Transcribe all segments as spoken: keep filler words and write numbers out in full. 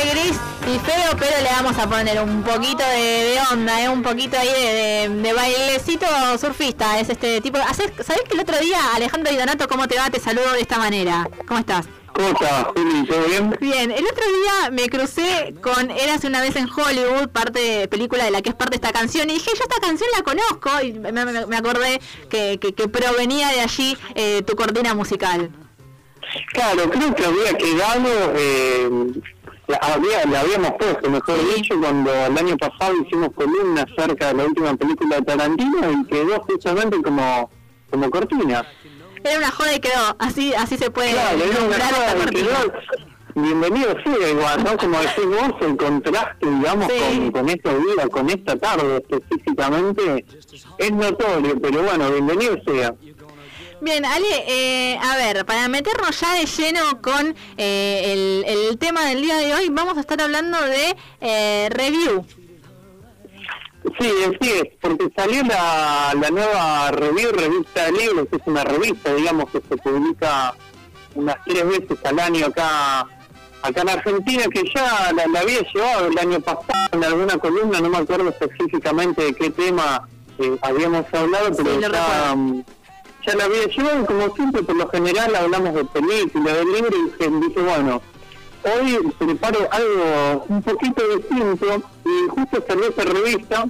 gris y feo, pero le vamos a poner un poquito de, de onda, ¿eh? Un poquito ahí de, de, de bailecito surfista. Es este tipo. ¿Sabés que el otro día, Alejandro Di Donato, cómo te va? Te saludo de esta manera. ¿Cómo estás? ¿Cómo estás, Juli? ¿Todo bien? Bien, el otro día me crucé con Érase una vez en Hollywood, parte de película de la que es parte esta canción, y dije, yo esta canción la conozco, y me, me, me acordé que, que, que provenía de allí eh, tu cortina musical. Claro, creo que había quedado, eh, la, había, la habíamos puesto, mejor sí. dicho, cuando el año pasado hicimos columnas acerca de la última película de Tarantino y quedó justamente como, como cortina. Era una joda y quedó, así así se puede claro, era una joda y quedó. Bienvenido sea igual, ¿no? Como decís vos, el contraste, digamos, sí. con, con estos días, con esta tarde específicamente, es notorio, pero bueno, bienvenido sea. Bien, Ale, eh, a ver, para meternos ya de lleno con eh, el, el tema del día de hoy, vamos a estar hablando de eh, review. Sí, así es, porque salió la, la nueva review, revista de libros, es una revista, digamos, que se publica unas tres veces al año acá acá en Argentina, que ya la, la había llevado el año pasado en alguna columna, no me acuerdo específicamente de qué tema eh, habíamos hablado, pero sí, ya, ya la había llevado, y como siempre, por lo general hablamos de películas, de libros, y dije, dije bueno, hoy preparo algo un poquito distinto, y justo salió esa revista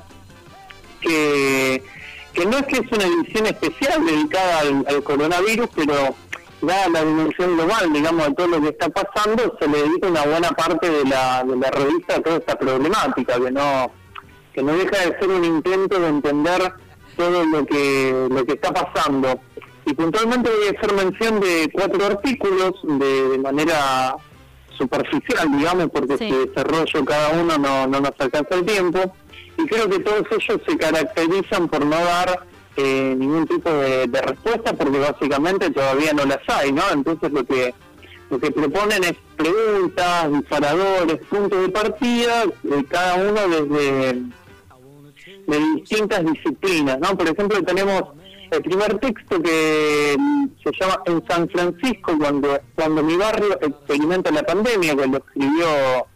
que, que no es que es una edición especial dedicada al, al coronavirus, pero dada la dimensión global, digamos, de todo lo que está pasando, se le dedica una buena parte de la, de la revista a toda esta problemática, que no que no deja de ser un intento de entender todo lo que lo que está pasando. Y puntualmente voy a hacer mención de cuatro artículos de, de manera superficial, digamos, porque sí. si desarrollo cada uno no, no nos alcanza el tiempo, y creo que todos ellos se caracterizan por no dar eh, ningún tipo de, de respuesta, porque básicamente todavía no las hay, ¿no? Entonces lo que lo que proponen es preguntas, disparadores, puntos de partida, eh, cada uno desde de distintas disciplinas, ¿no? Por ejemplo, tenemos el primer texto que se llama En San Francisco, cuando cuando mi barrio experimenta la pandemia, que lo escribió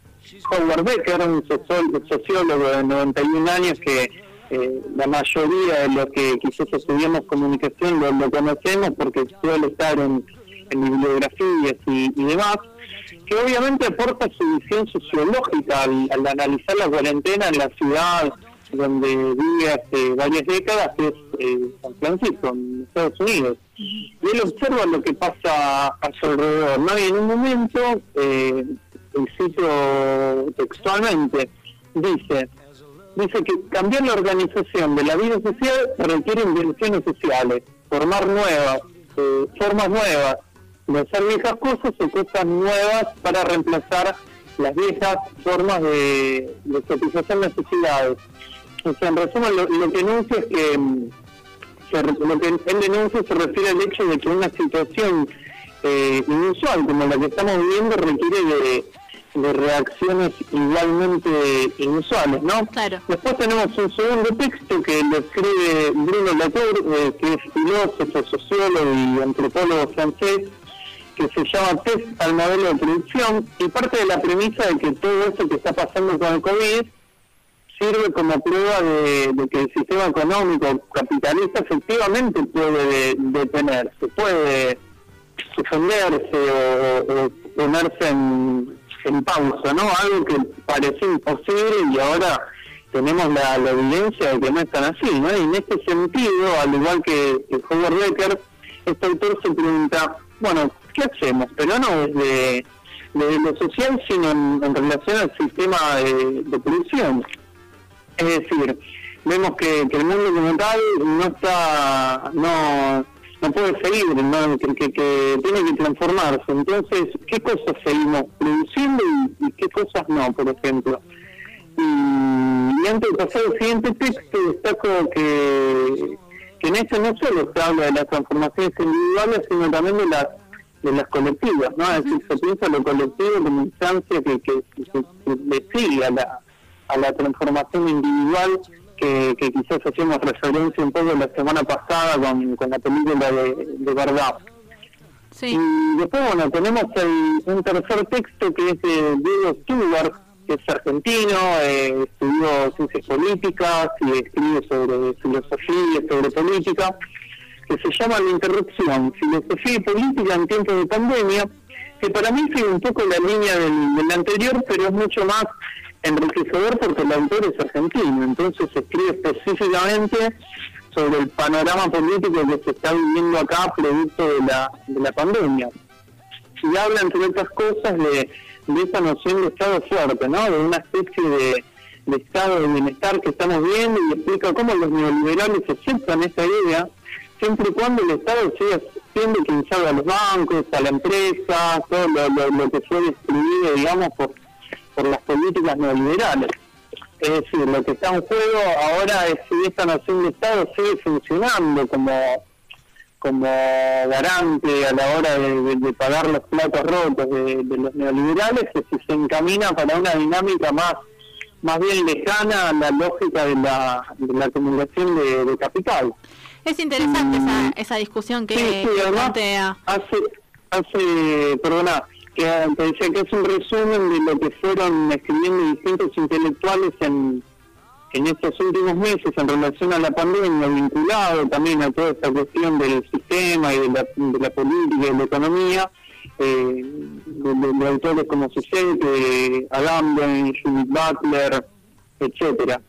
Howard Becker, un sociólogo de noventa y un años que eh, la mayoría de los que quizás estudiamos comunicación lo, lo conocemos porque suele estar en, en bibliografías y, y demás, que obviamente aporta su visión sociológica al, al analizar la cuarentena en la ciudad donde vive hace varias décadas, que es eh, San Francisco, en Estados Unidos. Y él observa lo que pasa a su alrededor, ¿no? Y en un momento, eh, y cito textualmente, dice, dice que cambiar la organización de la vida social requiere invenciones sociales, formar nuevas, eh, formas nuevas, de hacer viejas cosas o cosas nuevas para reemplazar las viejas formas de, de satisfacer necesidades. O sea, en resumen, lo, lo que enuncia es que se, lo que él denuncia se refiere al hecho de que una situación eh, inusual como la que estamos viviendo requiere de, de reacciones igualmente inusuales, ¿no? Claro. Después tenemos un segundo texto que lo escribe Bruno Latour, eh, que es filósofo, sociólogo y antropólogo francés, que se llama Test al modelo de producción, y parte de la premisa de que todo eso que está pasando con el COVID sirve como prueba de, de que el sistema económico capitalista efectivamente puede detenerse, puede suspenderse o, o ponerse en, en pausa, ¿no? Algo que parecía imposible y ahora tenemos la, la evidencia de que no es tan así, ¿no? Y en este sentido, al igual que, que Howard Becker, este autor se pregunta, bueno, ¿qué hacemos? Pero no desde, desde lo social, sino en, en relación al sistema de, de producción. Es decir, vemos que, que el mundo como tal no está, no, no puede seguir, ¿no? Que, que, que tiene que transformarse. Entonces, ¿qué cosas seguimos produciendo y, y qué cosas no, por ejemplo? Y, y antes de pasar al siguiente texto, destaco que, que en esto no solo se habla de las transformaciones individuales, sino también de las de las colectivas, ¿no? Es decir, se piensa lo colectivo como instancia que, que, que, que le sigue a la a la transformación individual que, que quizás hacíamos referencia un poco la semana pasada con, con la película de, de verdad. Sí. Y después, bueno, tenemos el, un tercer texto que es de Diego Stewart, que es argentino, eh, estudió ciencias políticas y escribe sobre filosofía, sobre política, que se llama La Interrupción, Filosofía y Política en Tiempos de Pandemia, que para mí sigue un poco la línea del, del anterior, pero es mucho más enriquecedor porque el autor es argentino, entonces escribe específicamente sobre el panorama político que se está viviendo acá producto de la, de la pandemia. Y habla, entre otras cosas, de, de esa noción de Estado fuerte, ¿no? De una especie de, de estado de bienestar que estamos viendo, y explica cómo los neoliberales aceptan esa idea, siempre y cuando el Estado siga siendo quien salva a los bancos, a la empresa, todo lo, lo, lo que fue destruido, digamos, por, por las políticas neoliberales. Es decir, lo que está en juego ahora es si esta noción de Estado sigue funcionando como, como garante a la hora de, de, de pagar los platos rotos de, de los neoliberales, o si se encamina para una dinámica más más bien lejana a la lógica de la, de la acumulación de, de capital. Es interesante mm. esa, esa discusión que, sí, sí, que además, plantea. Hace, hace, perdona, que te decía que es un resumen de lo que fueron escribiendo distintos intelectuales en, en estos últimos meses en relación a la pandemia, vinculado también a toda esta cuestión del sistema y de la, de la política y de la economía, eh, de, de, de autores como Sisek, Agamben, Judith Butler, etcétera.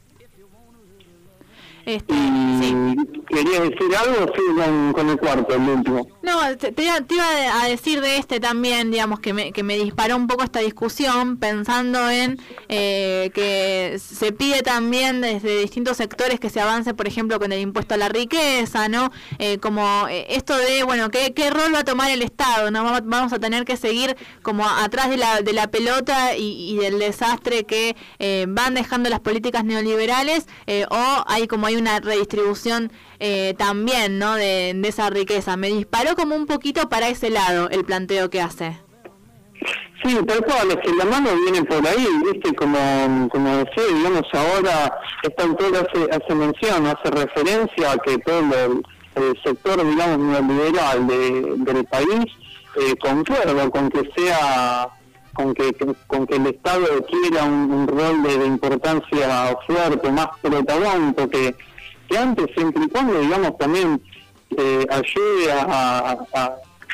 Este, y sí. ¿Querías decir algo? Sí, con, con el cuarto, el último. No, te, te, iba, te iba a decir de este también, digamos, que me, que me disparó un poco esta discusión, pensando en eh, que se pide también desde distintos sectores que se avance, por ejemplo, con el impuesto a la riqueza, ¿no? Eh, como eh, esto de, bueno, ¿qué, qué rol va a tomar el Estado? ¿No? Vamos, vamos a tener que seguir como atrás de la, de la pelota y, y del desastre que eh, van dejando las políticas neoliberales, eh, o hay como hay una redistribución eh, también, ¿no? De, de esa riqueza. Me disparó como un poquito para ese lado el planteo que hace. Sí, tal cual, es que la mano viene por ahí, viste, como, como decía, digamos, ahora esta autora hace, hace mención, hace referencia a que todo el, el sector, digamos, neoliberal de, del país eh, concuerda con que sea con que, con que el Estado quiera un, un rol de, de importancia fuerte, más protagónico que, que antes, siempre y cuando, digamos, también eh, ayude a, a,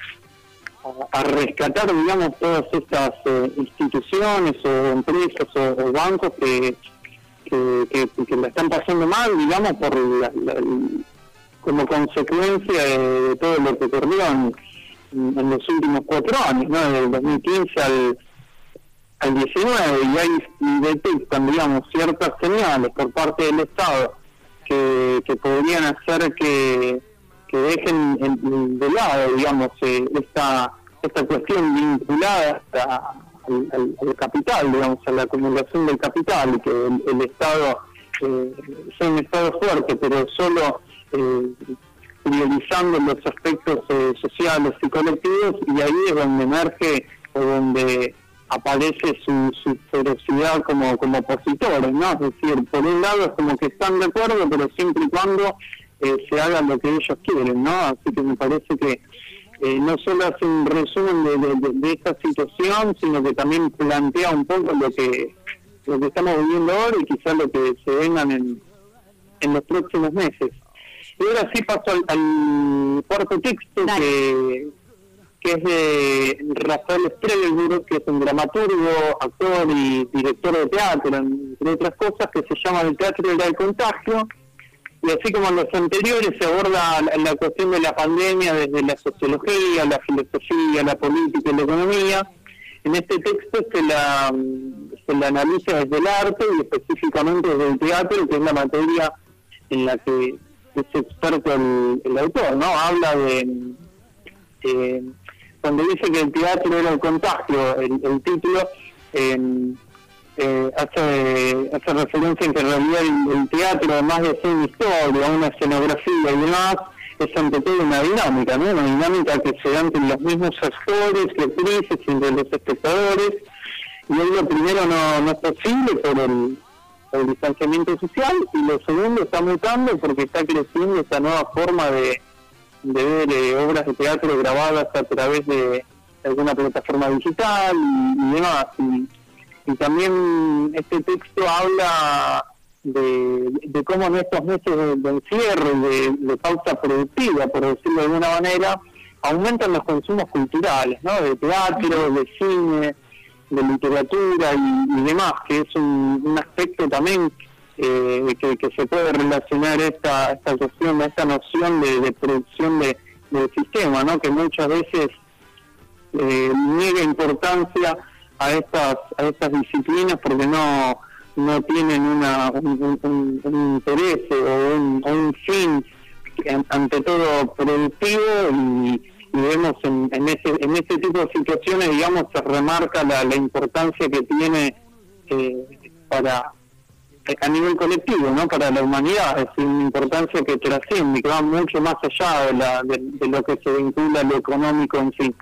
a rescatar, digamos, todas estas eh, instituciones o empresas o, o bancos que, que, que, que la están pasando mal, digamos, por la, la, como consecuencia de, de todo lo que ocurrió en, en los últimos cuatro años, ¿no? Desde el dos mil quince al al diecinueve, y ahí detectan, digamos, ciertas señales por parte del Estado que, que podrían hacer que, que dejen en, de lado, digamos, eh, esta esta cuestión vinculada hasta al, al, al capital, digamos, a la acumulación del capital, y que el, el Estado eh, sea un Estado fuerte, pero solo eh, priorizando los aspectos eh, sociales y colectivos, y ahí es donde emerge o donde aparece su, su ferocidad como, como opositores, ¿no? Es decir, por un lado es como que están de acuerdo, pero siempre y cuando eh, se haga lo que ellos quieren, ¿no? Así que me parece que eh, no solo hace un resumen de, de, de, de esta situación, sino que también plantea un poco lo que lo que estamos viviendo ahora y quizás lo que se vengan en, en los próximos meses. Y ahora sí paso al, al cuarto texto, que que es de Rafael Strelburg, que es un dramaturgo, actor y director de teatro, entre otras cosas, que se llama El teatro era el contagio, y así como en los anteriores se aborda la, la cuestión de la pandemia desde la sociología, la filosofía, la política y la economía. En este texto se la, se la analiza desde el arte y específicamente desde el teatro, que es la materia en la que es experto el, el autor, ¿no? Habla de... Eh, cuando dice que el teatro era el contagio, el, el título eh, eh, hace, hace referencia en que en realidad el, el teatro, además de ser una historia, una escenografía y demás, es ante todo una dinámica, ¿no? Una dinámica que se da entre los mismos actores y actrices, entre los espectadores, y hoy lo primero no, no es posible por el, por el distanciamiento social, y lo segundo está mutando porque está creciendo esta nueva forma de de ver eh, obras de teatro grabadas a través de alguna plataforma digital y, y demás. Y, y también este texto habla de, de cómo en estos meses de, de encierro y de, de pausa productiva, por decirlo de alguna manera, aumentan los consumos culturales, ¿no? De teatro, de cine, de literatura y, y demás, que es un, un aspecto también eh, que, que se puede relacionar esta esta cuestión, esta noción de, de producción de, del sistema, ¿no? Que muchas veces eh, niega importancia a estas a estas disciplinas porque no no tienen una un, un, un interés o un, o un fin ante todo productivo, y, y vemos en, en ese en ese tipo de situaciones, digamos, se remarca la, la importancia que tiene eh, para a nivel colectivo, ¿no? Para la humanidad, es una importancia que trasciende, que va mucho más allá de, la, de, de lo que se vincula a lo económico en sí.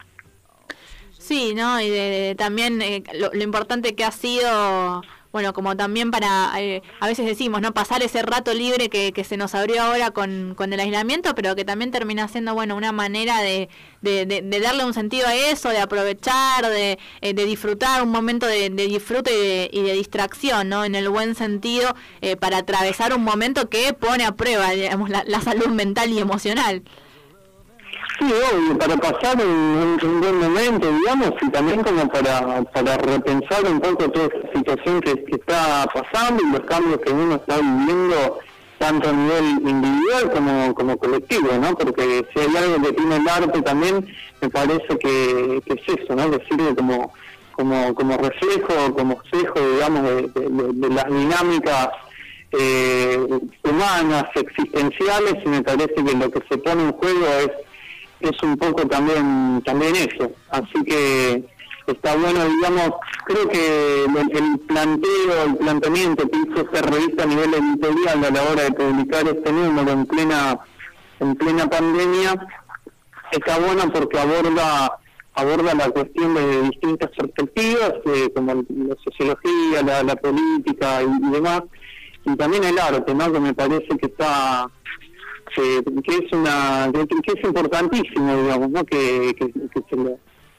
Sí, ¿no? Y de, de, también eh, lo, lo importante que ha sido, bueno, como también para, eh, a veces decimos, ¿no? Pasar ese rato libre que, que se nos abrió ahora con, con el aislamiento, pero que también termina siendo, bueno, una manera de, de, de, de darle un sentido a eso, de aprovechar, de, eh, de disfrutar, un momento de, de disfrute y de, y de distracción, ¿no? En el buen sentido, eh, para atravesar un momento que pone a prueba, digamos, la, la salud mental y emocional. Sí, obvio, para pasar un, un, un buen momento, digamos, y también como para para repensar un poco toda esta situación que, que está pasando y los cambios que uno está viviendo, tanto a nivel individual como como colectivo, ¿no? Porque si hay algo que tiene el arte también, me parece que, que es eso, ¿no? Que sirve como como como reflejo, como espejo, digamos, de, de, de, de las dinámicas eh, humanas, existenciales, y me parece que lo que se pone en juego es es un poco también también eso, así que está bueno, digamos, creo que el, el planteo, el planteamiento que hizo esta revista a nivel editorial a la hora de publicar este número en plena en plena pandemia está bueno porque aborda aborda la cuestión de distintas perspectivas, eh, como la sociología, la, la política y, y demás, y también el arte, ¿no? Que me parece que está Que, que es una que, que es importantísimo, digamos, ¿no? que, que, que se le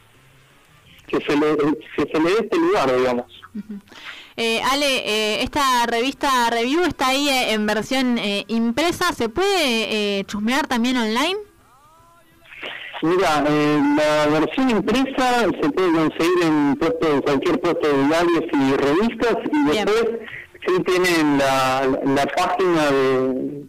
que se le que se le dé este lugar, digamos. Uh-huh. eh, Ale, eh, esta revista Review está ahí eh, en versión eh, impresa, ¿se puede eh, chusmear también online? Mira, eh, la versión impresa se puede conseguir en puesto, cualquier puesto de diarios y revistas, y Bien. Después sí tienen la, la página de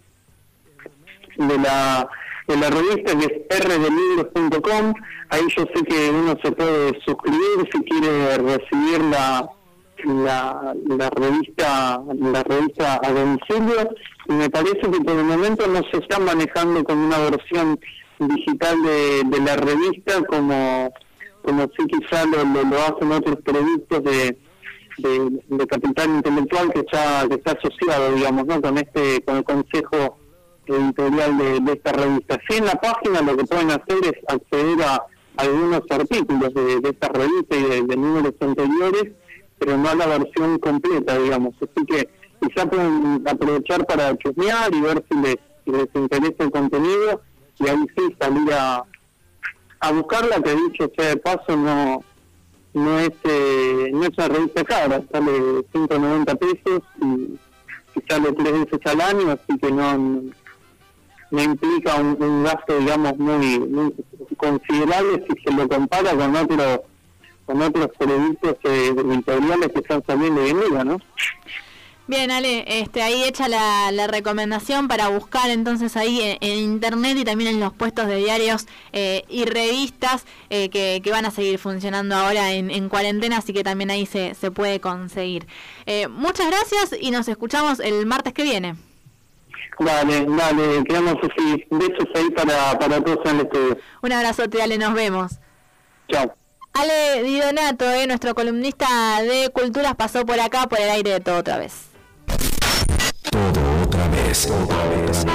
de la de la revista, que es r de libros punto com. Ahí yo sé que uno se puede suscribir si quiere recibir la la, la revista la revista a domicilio, y me parece que por el momento no se está manejando con una versión digital de, de la revista como como sí quizá lo, lo, lo hacen otros productos de, de, de capital intelectual que está que está asociado, digamos, ¿no? con este con el consejo editorial de, de esta revista. Sí, en la página lo que pueden hacer es acceder a algunos artículos de, de esta revista y de, de números anteriores, pero no a la versión completa, digamos. Así que quizá pueden aprovechar para chusmear y ver si les, si les interesa el contenido, y ahí sí salir a, a buscarla, que dicho sea de paso, no no es eh, no es una revista cara, sale ciento noventa pesos y, y sale tres veces al año, así que no... no no implica un, un gasto, digamos, muy, muy considerable si se lo compara con otros con otros productos eh, editoriales que están saliendo de venida, ¿no? Bien, Ale, este, ahí hecha la, la recomendación para buscar entonces ahí en, en internet y también en los puestos de diarios eh, y revistas eh, que, que van a seguir funcionando ahora en, en cuarentena, así que también ahí se, se puede conseguir. Eh, muchas gracias y nos escuchamos el martes que viene. Dale, dale, quedamos así. Besos ahí para, para todos en el estudio. Un abrazote, Ale, nos vemos. Chao. Ale Di Donato, eh, nuestro columnista de Culturas, pasó por acá por el aire de Todo Otra Vez. Todo otra vez, otra vez.